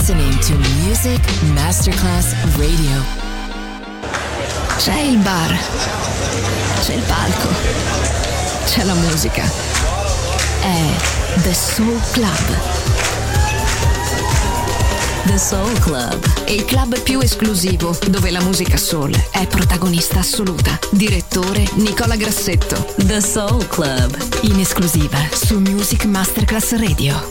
listening to Music Masterclass Radio. C'è il bar, c'è il palco, c'è la musica. È The Soul Club. The Soul Club, il club più esclusivo dove la musica soul è protagonista assoluta. Direttore Nicola Grassetto. The Soul Club, in esclusiva su Music Masterclass Radio.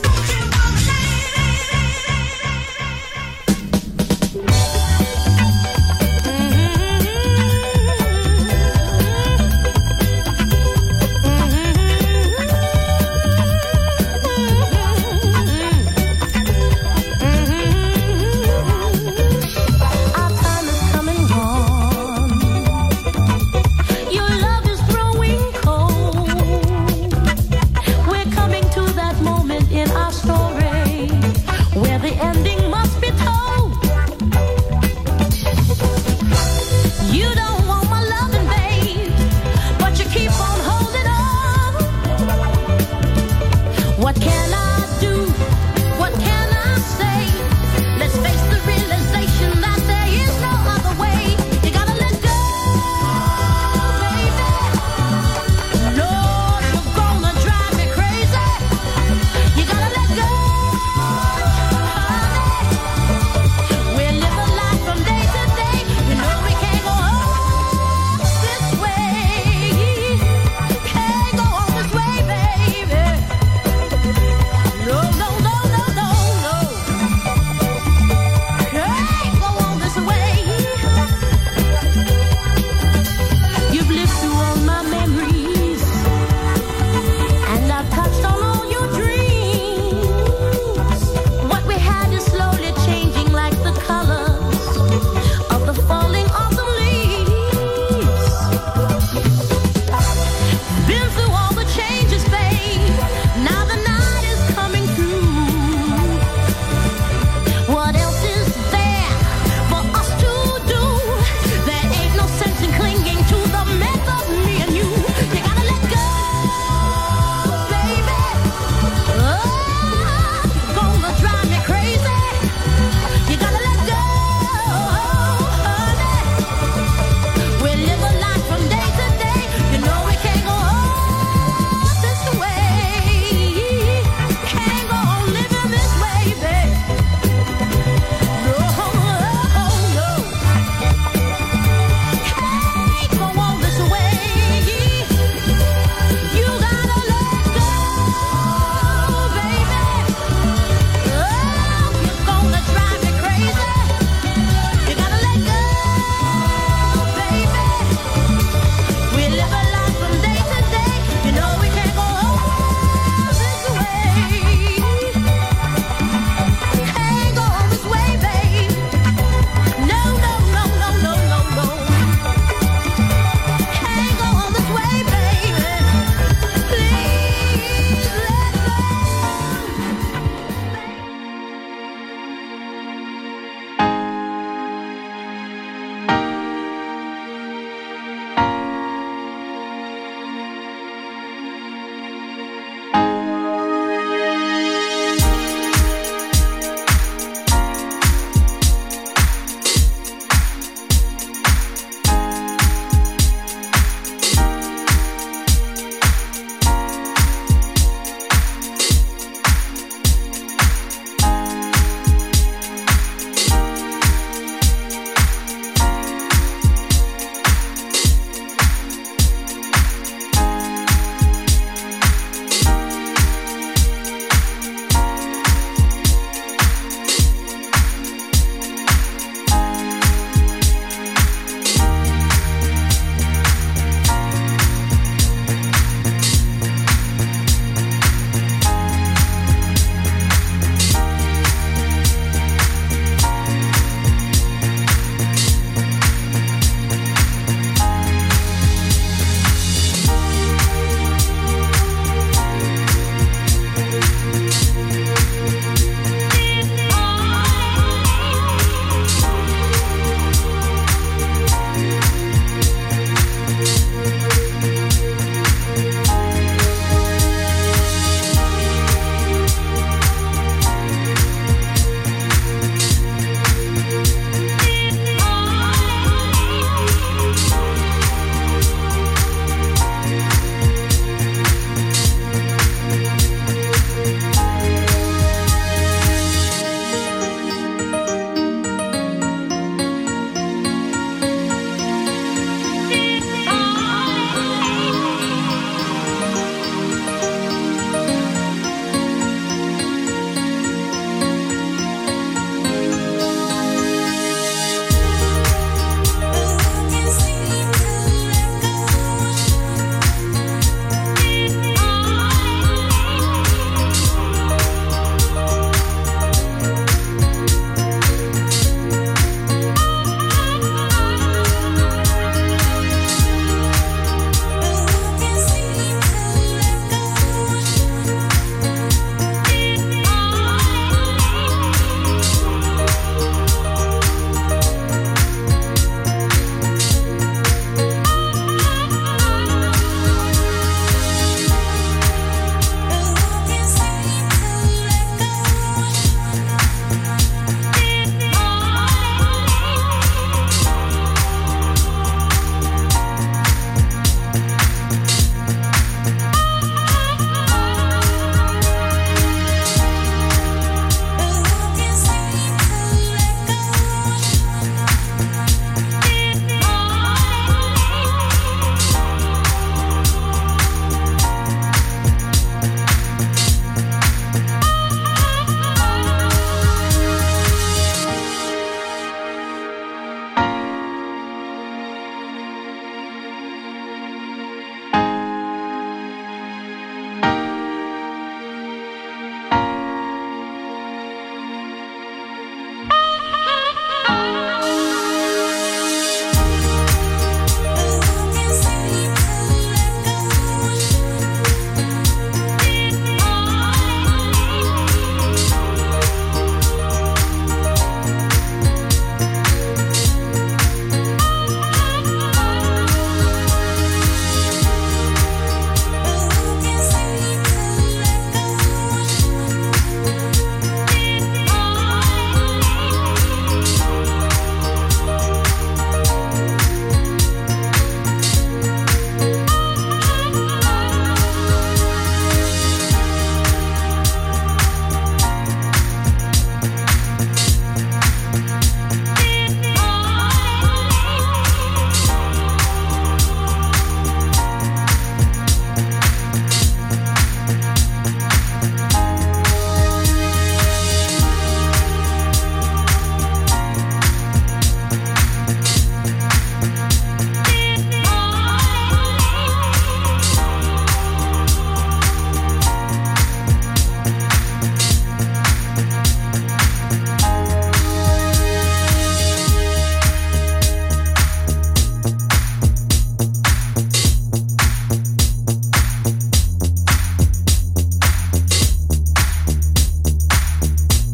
No, no.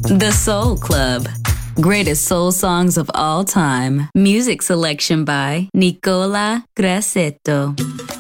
The Soul Club. Greatest soul songs of all time. Music selection by Nicola Grassetto.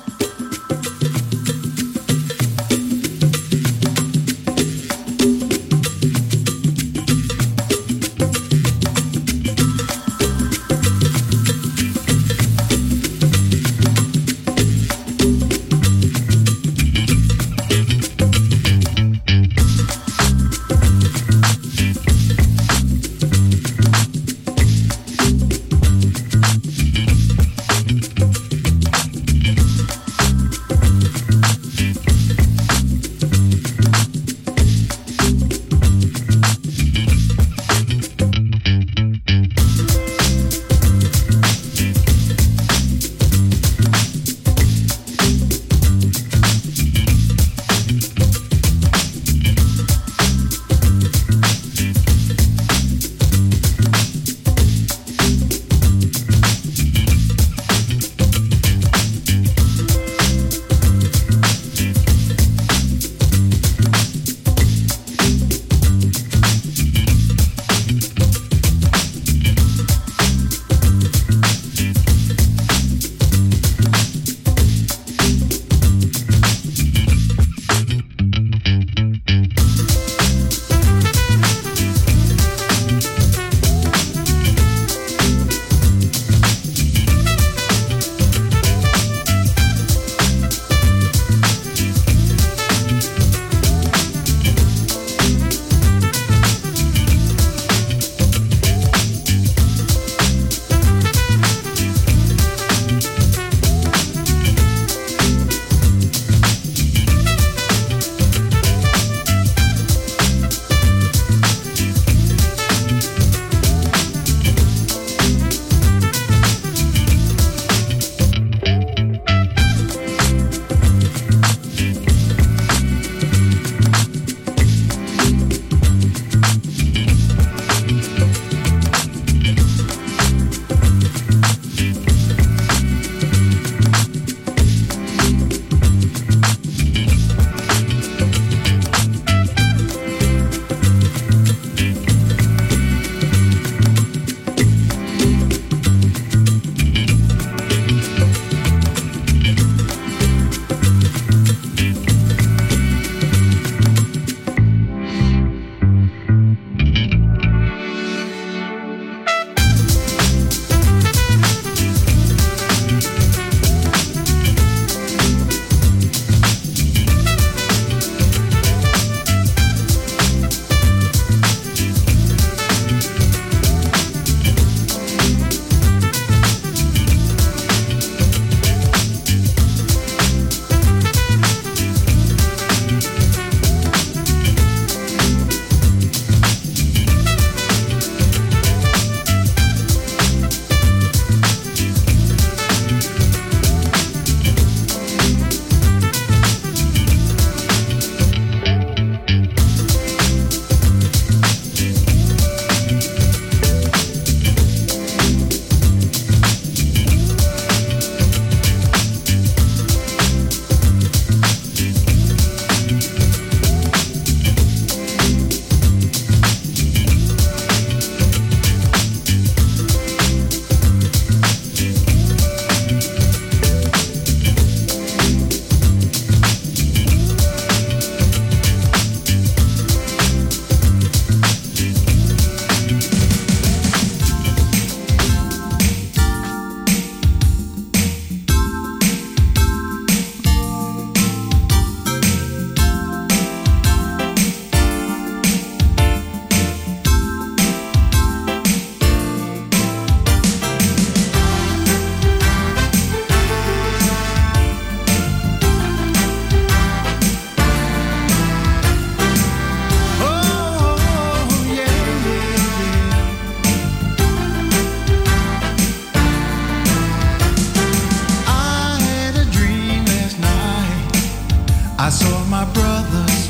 I saw my brother's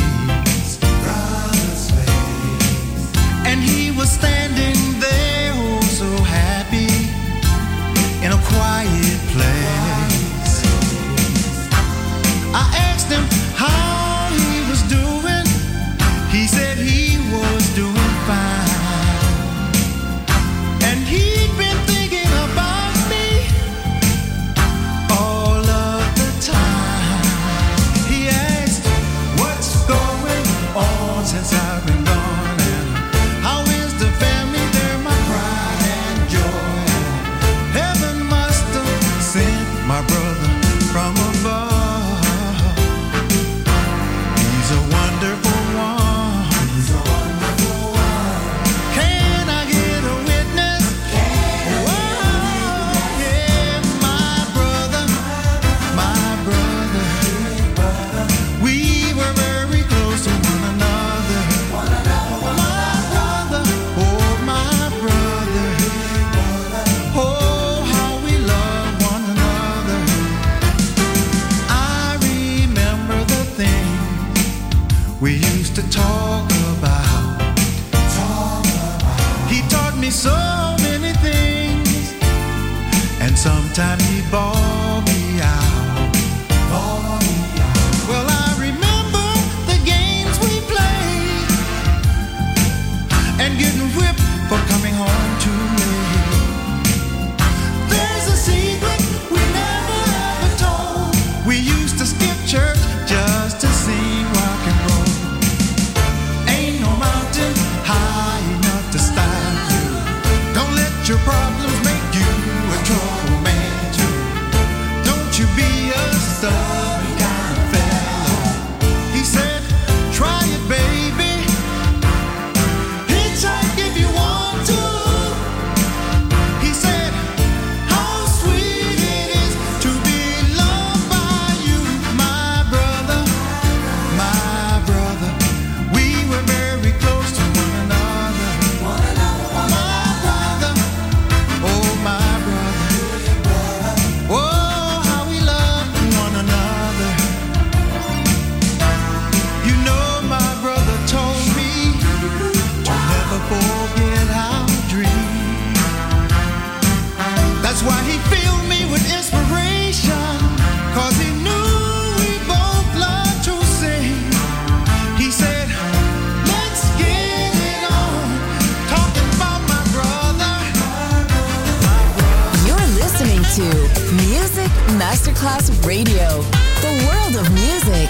face, and he was standing there, oh so happy, in a quiet place. I asked him how he was doing. He said he was doing I've been gone. And how is the family? They're my pride and joy. Heaven must have sent my brother from above. He's a wonderful one. He's a wonderful one. Can I get a witness? Whoa, yeah, my brother, my brother. We were very close to one another. My brother, oh my brother. Oh, how we love one another. I remember the things we used to talk about. He taught me so many things, and sometimes he bawled me out. Well, I remember the games we played and getting whipped for coming home too late. There's a secret we never ever told. We used to skip church just to sing rock and roll. Ain't no mountain high enough to stop you. Don't let your problems make you a trouble man too. Don't you be a stubborn kind of fellow. He said, try it, baby. Hitchhike if you want to. He said, how sweet it is to be loved by you, my brother, my brother. We were very close to one another. My brother, oh my brother. Oh, how we love one another. You know my brother told me to never forget our dream. That's why he filled me with inspiration, 'cause he knew we both love to sing. He said, let's get it on, talking about my brother. You're listening to Music Masterclass Radio, the world of music.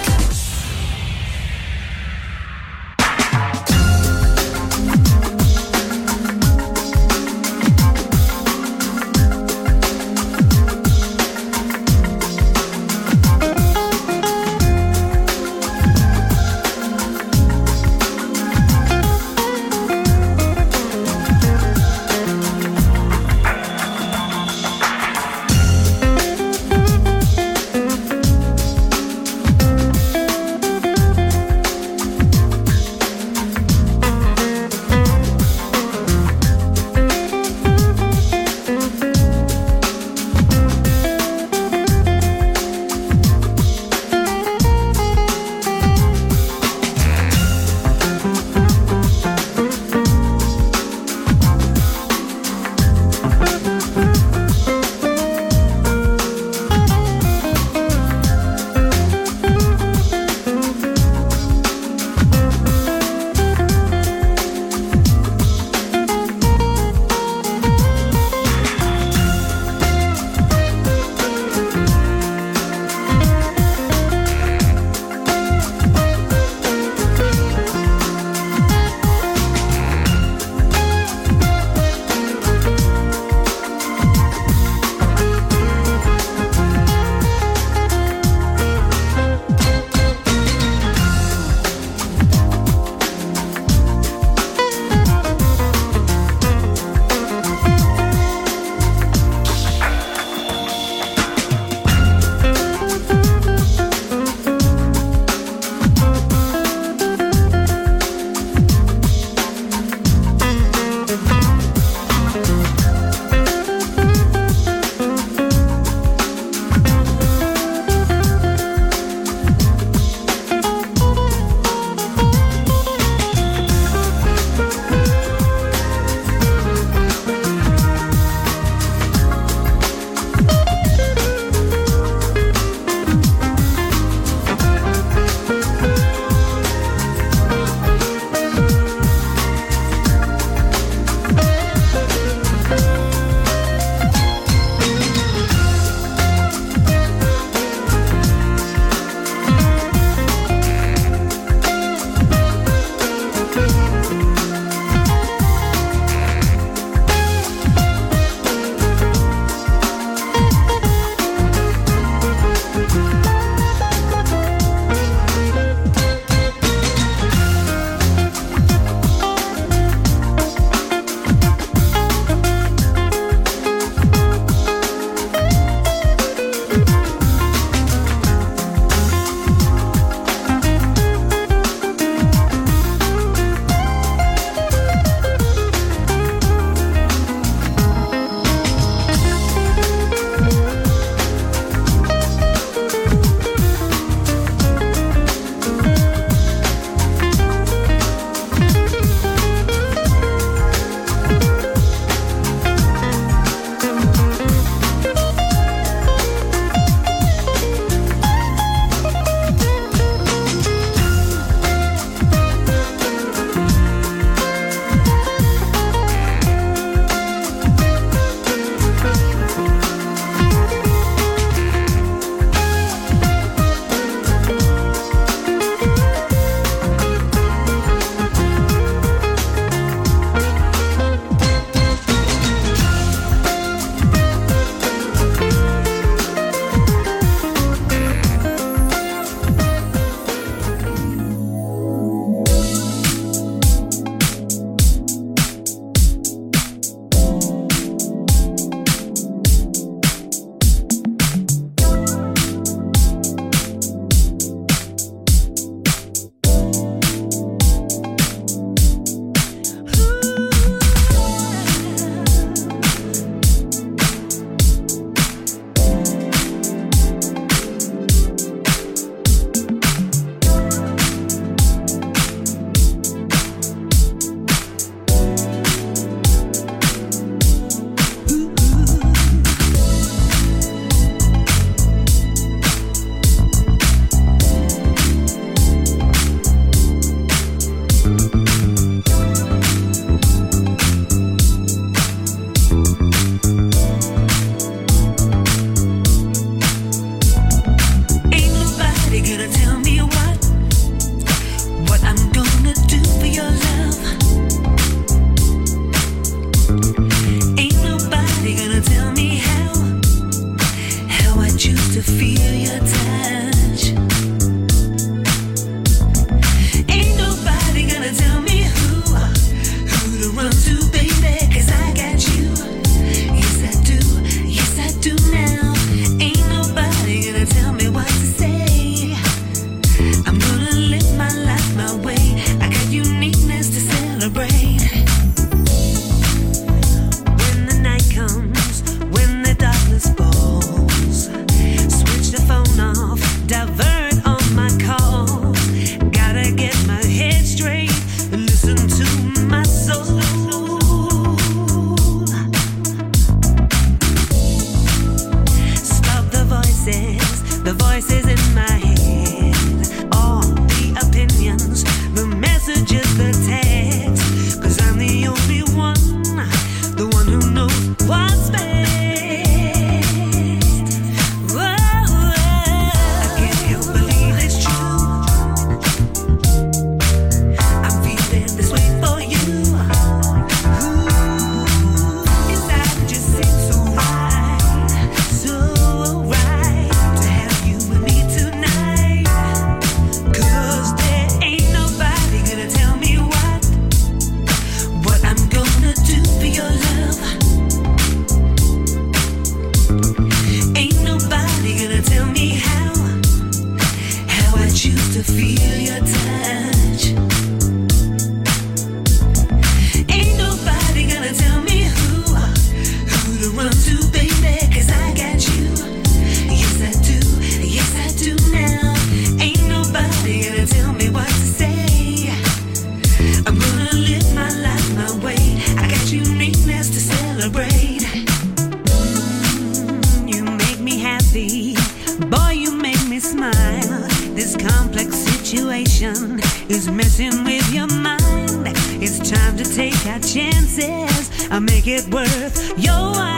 is messing with your mind. It's time to take our chances. I'll make it worth your while.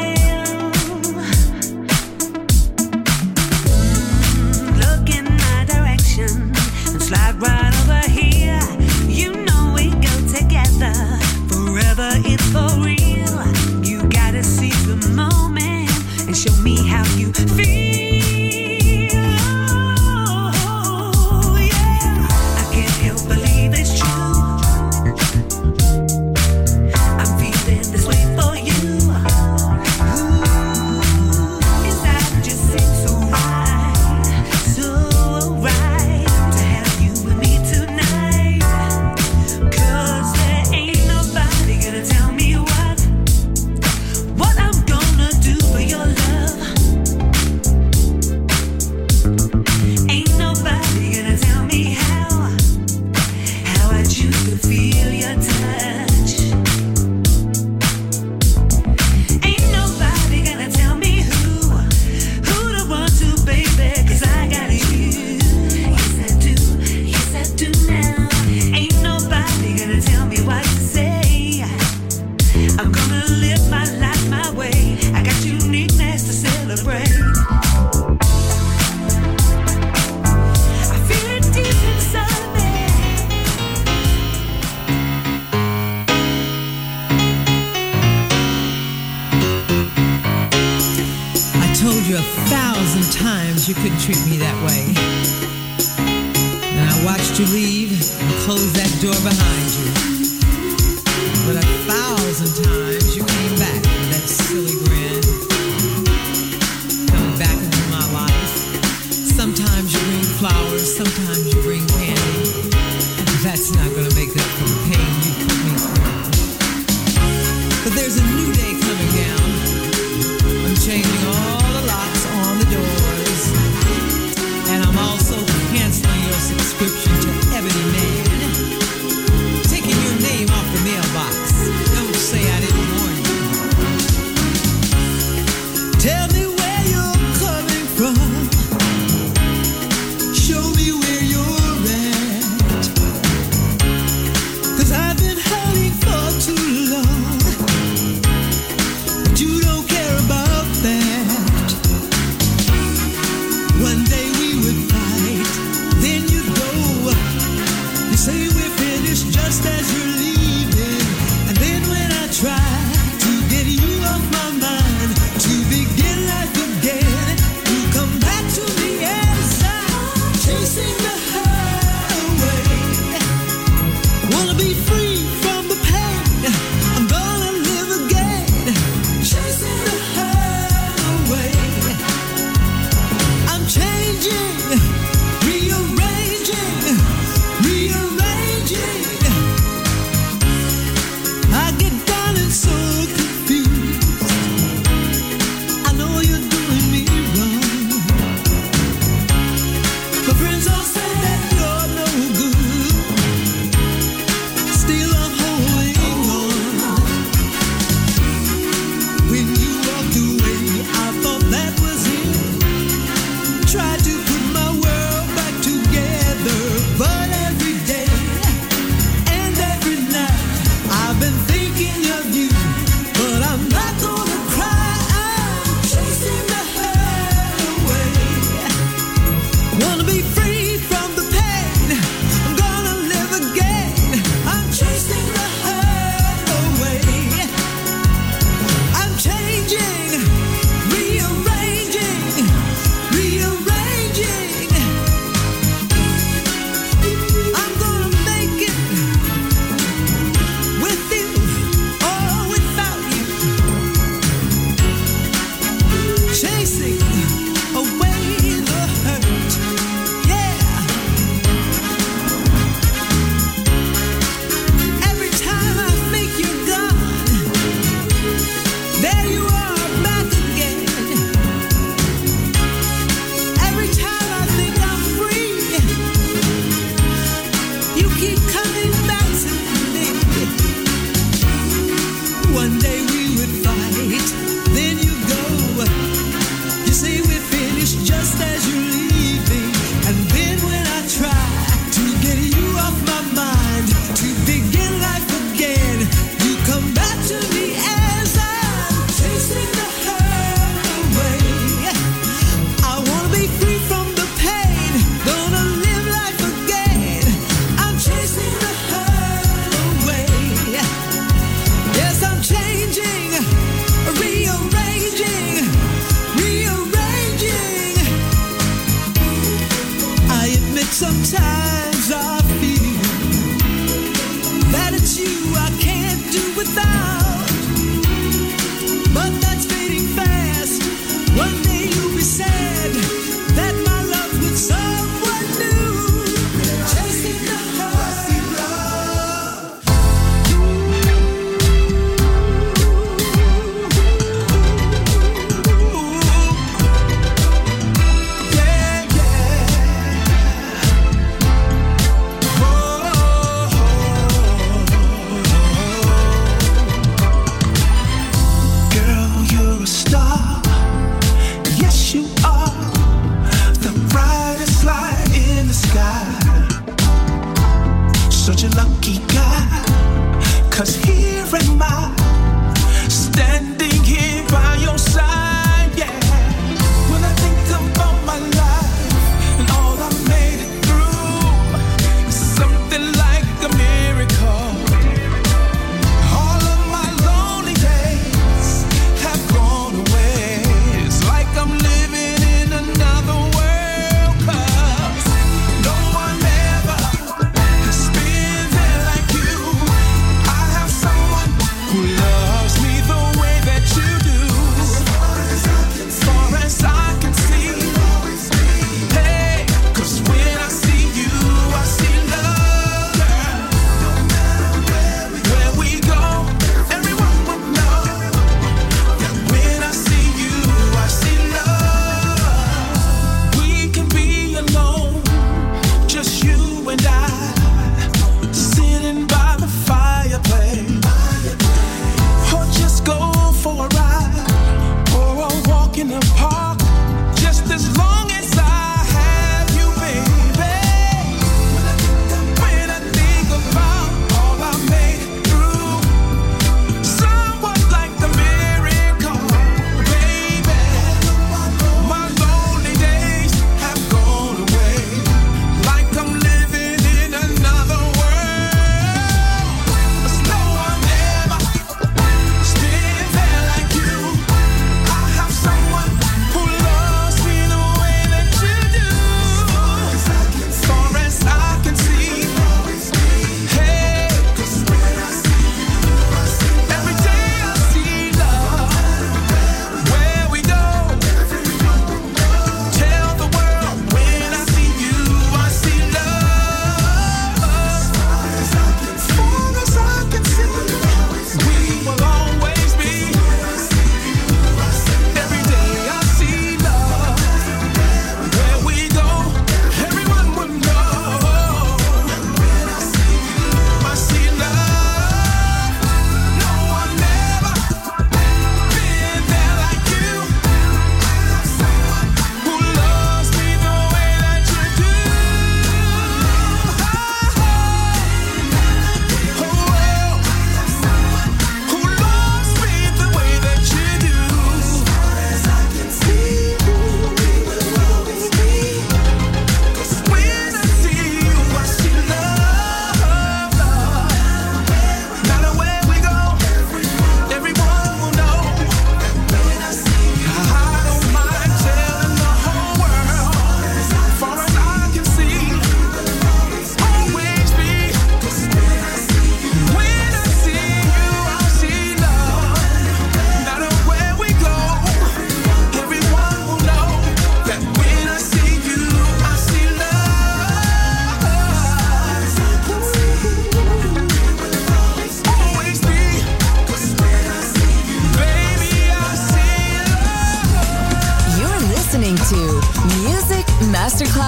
Look in my direction and slide right over here. You know we go together. Forever it's for real. You gotta seize the moment and show me how you feel. You couldn't treat me that way. And I watched you leave and close that door behind you. But 1,000 times you came back with that silly grin, coming back into my life. Sometimes you bring flowers, sometimes you bring candy. That's not gonna make up for the pain you put me through. But there's a new day coming down. I'm changing all the locks on the doors. And I'm also canceling your subscription to Ebony Man. Taking your name off the mailbox. Don't say I didn't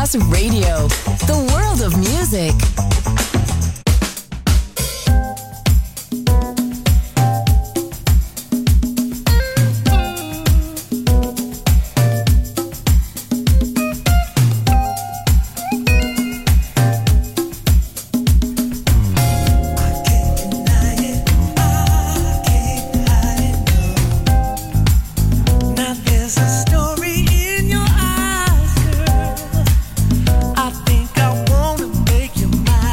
Masterclass Radio, the world of music. I think I wanna make you mine.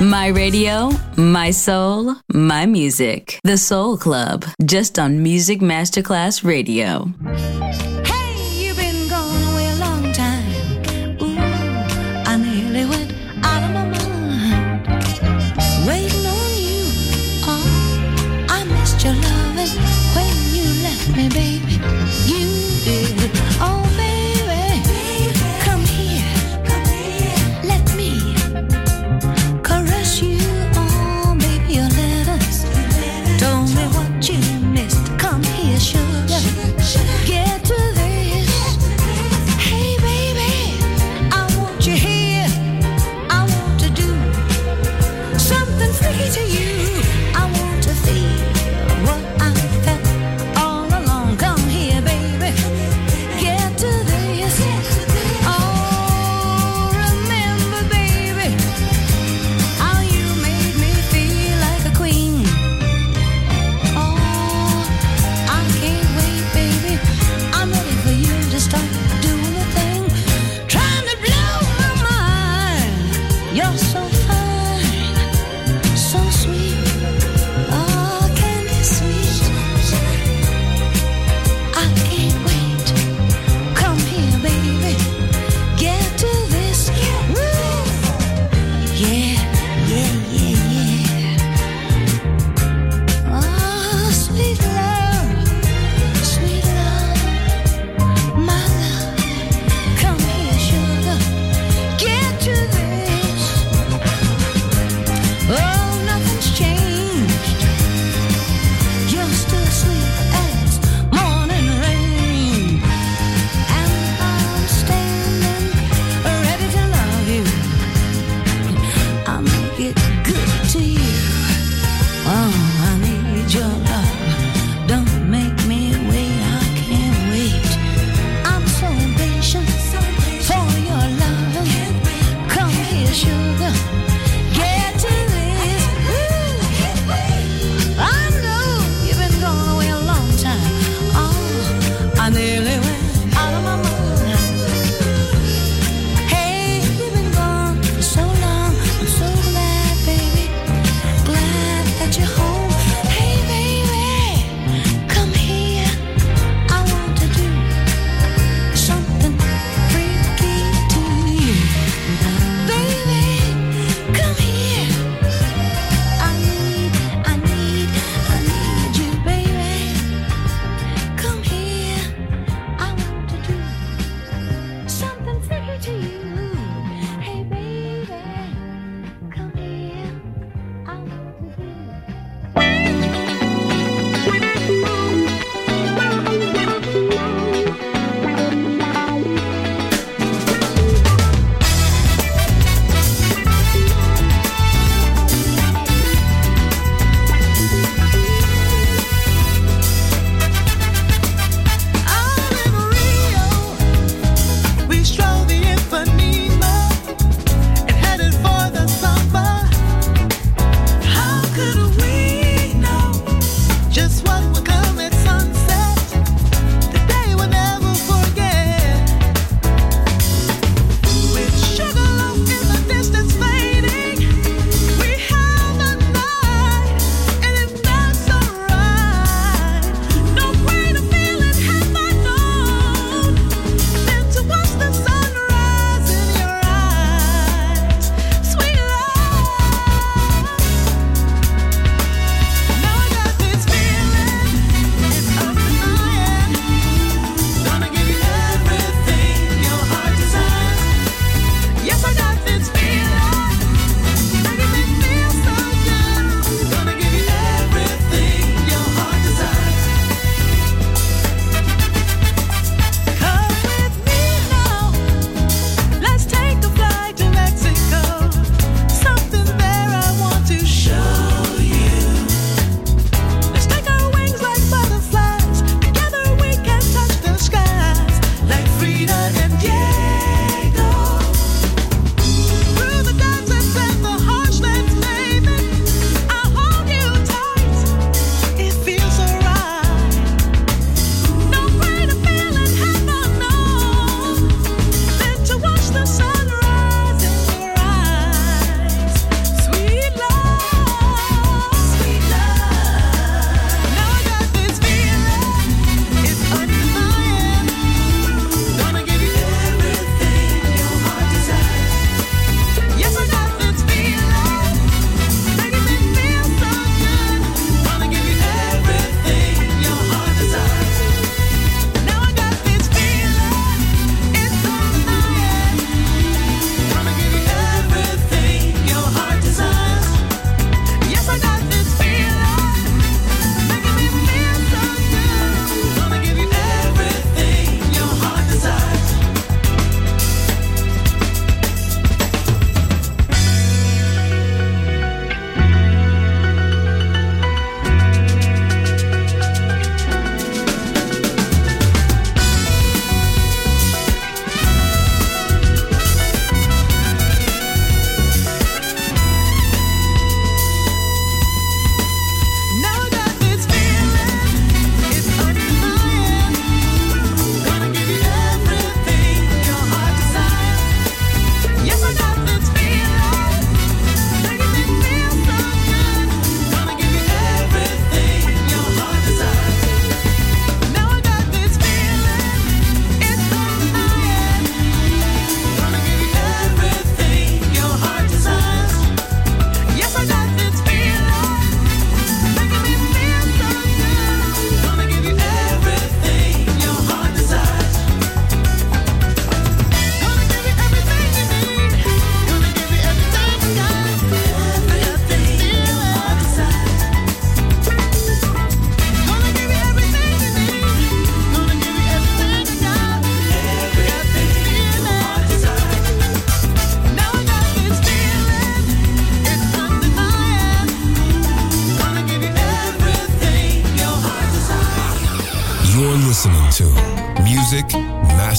My radio, my soul, my music. The Soul Club, just on Music Masterclass Radio. Hey, you've been gone away a long time. Ooh, I nearly went out of my mind. Waiting on you, oh, I missed your loving when you left me, baby. You did, oh baby, come here, let me caress you, oh baby, your letters told me what you missed. Come here, sugar, get to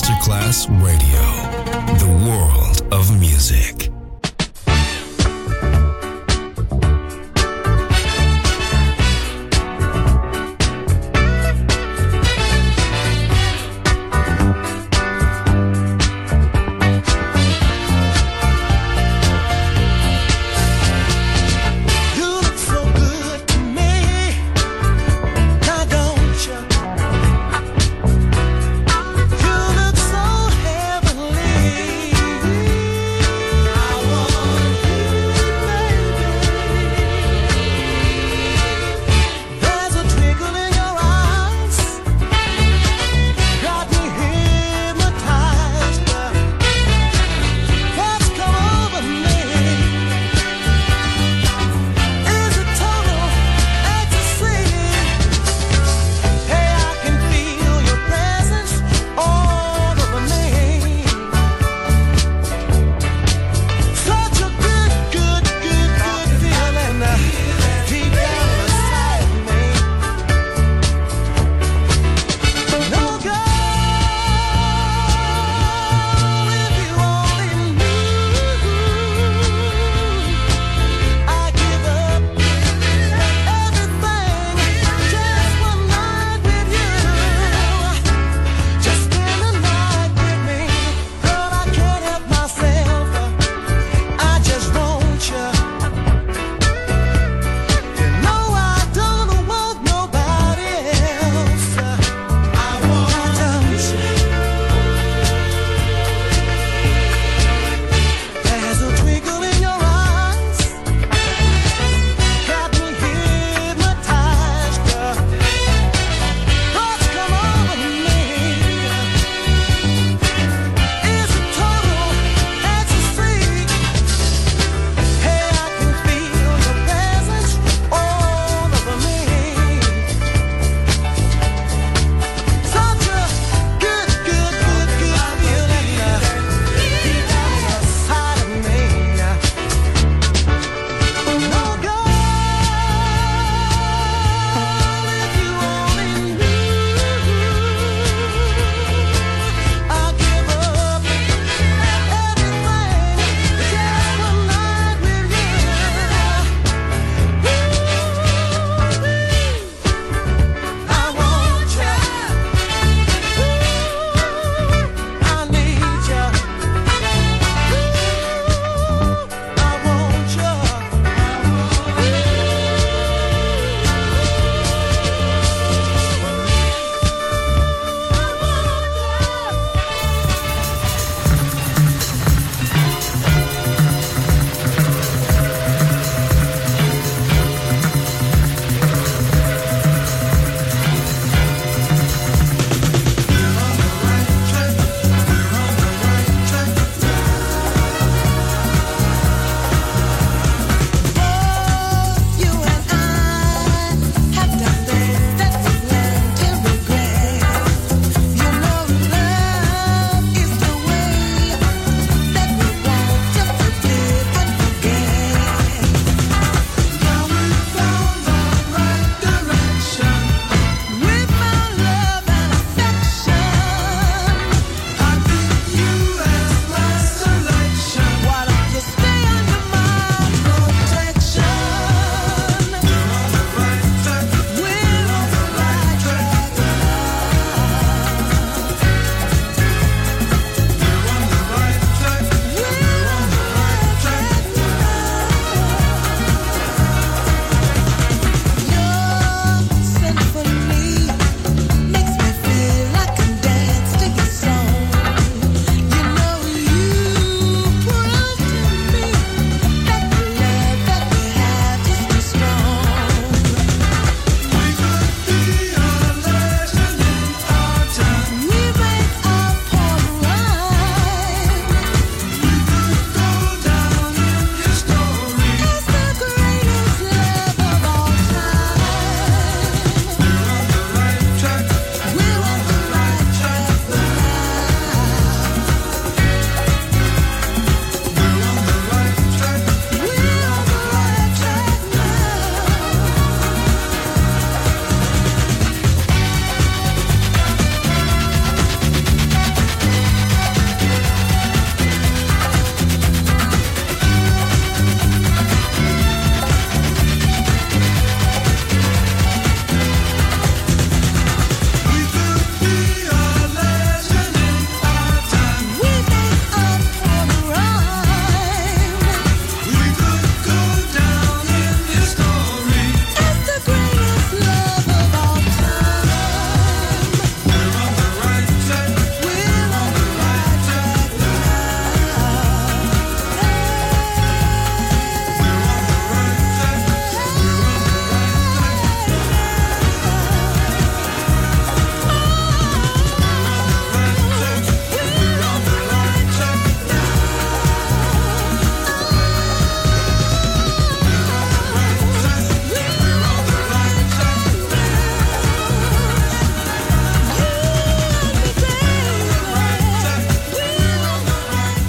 Masterclass Radio, the world of music. You look so heavenly.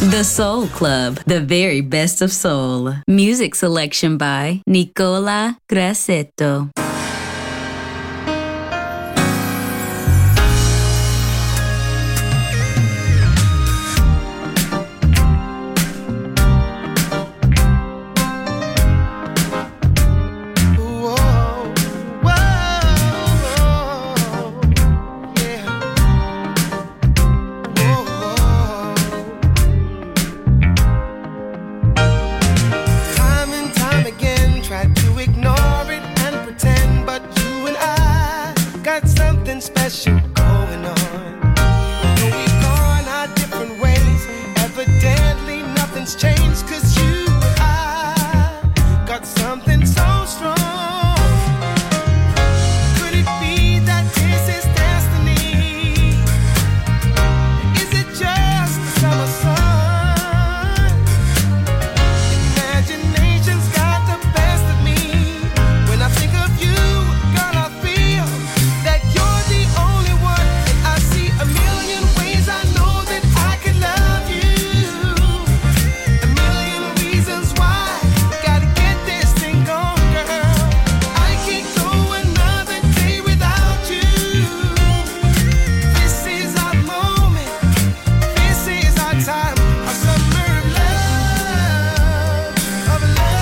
The Soul Club, the very best of soul. Music selection by Nicola Grassetto. Special going on. Though we've gone our different ways, evidently nothing's changed, 'cause you and I got something so strong. Could it be that this is destiny? Is it just the summer sun? Imagination's got the best of me. When I think of you, girl, I feel that you're the only one, and I see a million ways I know that I could love you. A million reasons why, gotta get this thing going, girl. I can't go another day without you. This is our moment, this is our time, our summer of love, of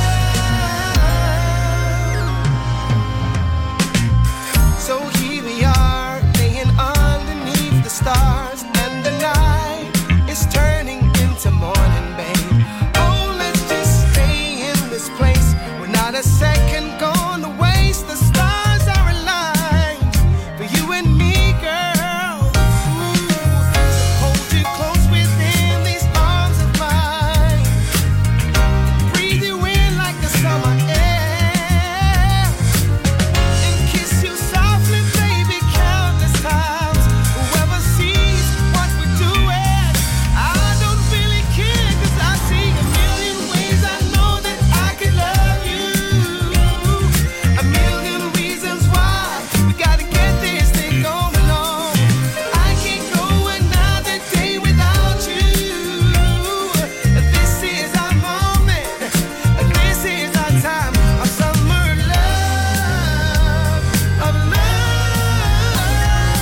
love. So here we are, laying underneath the stars, and the night is turning into morning, babe. Oh, let's just stay in this place. We're not a second gonna waste. The stars are aligned for you and me, girl. Ooh, hold you close within these arms of mine. Breathe you in like the summer air, and kiss you softly, baby, countless times. Whoever sees what we're doing, I don't really care, 'cause I see a million ways I know that I can love you. A million reasons why we gotta get this thing going on. I can't go another day without you. This is our moment, this is our time, our summer love, of love.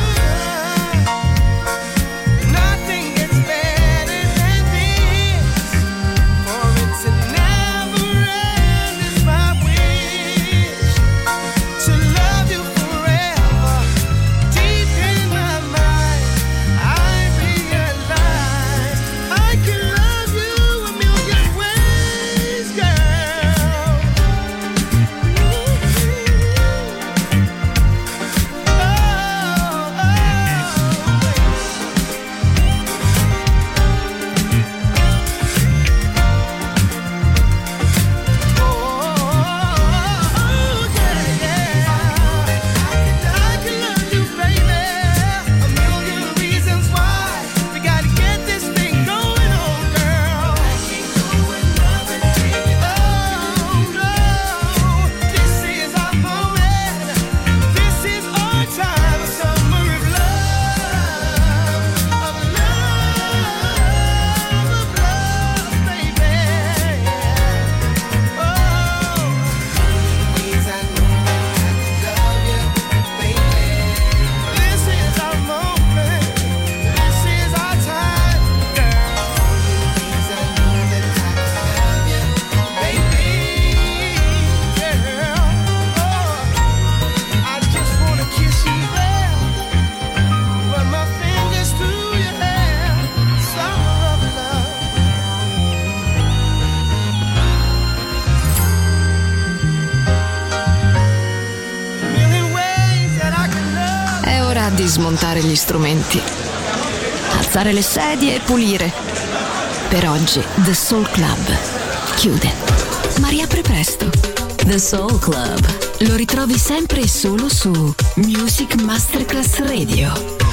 Nothing gets better than this, for it's a never end. It's my wish to love you forever. Deep in my mind, I realize I can love you a million ways, girl. I can love you, baby. A million reasons why we gotta get this thing going on, girl. I can't go another day without you. This is our moment, this is our time, a summer of love, baby. Oh, means I know that I love you, baby. This is our moment, this is our time, girl. Means I know that I love you, baby. Girl, oh, I just wanna kiss you there, run my fingers through your hair, summer of love. Million ways that I can love. È ora di smontare gli strumenti, alzare le sedie e pulire. Per oggi The Soul Club chiude, ma riapre presto. The Soul Club. Lo ritrovi sempre e solo su Music Masterclass Radio.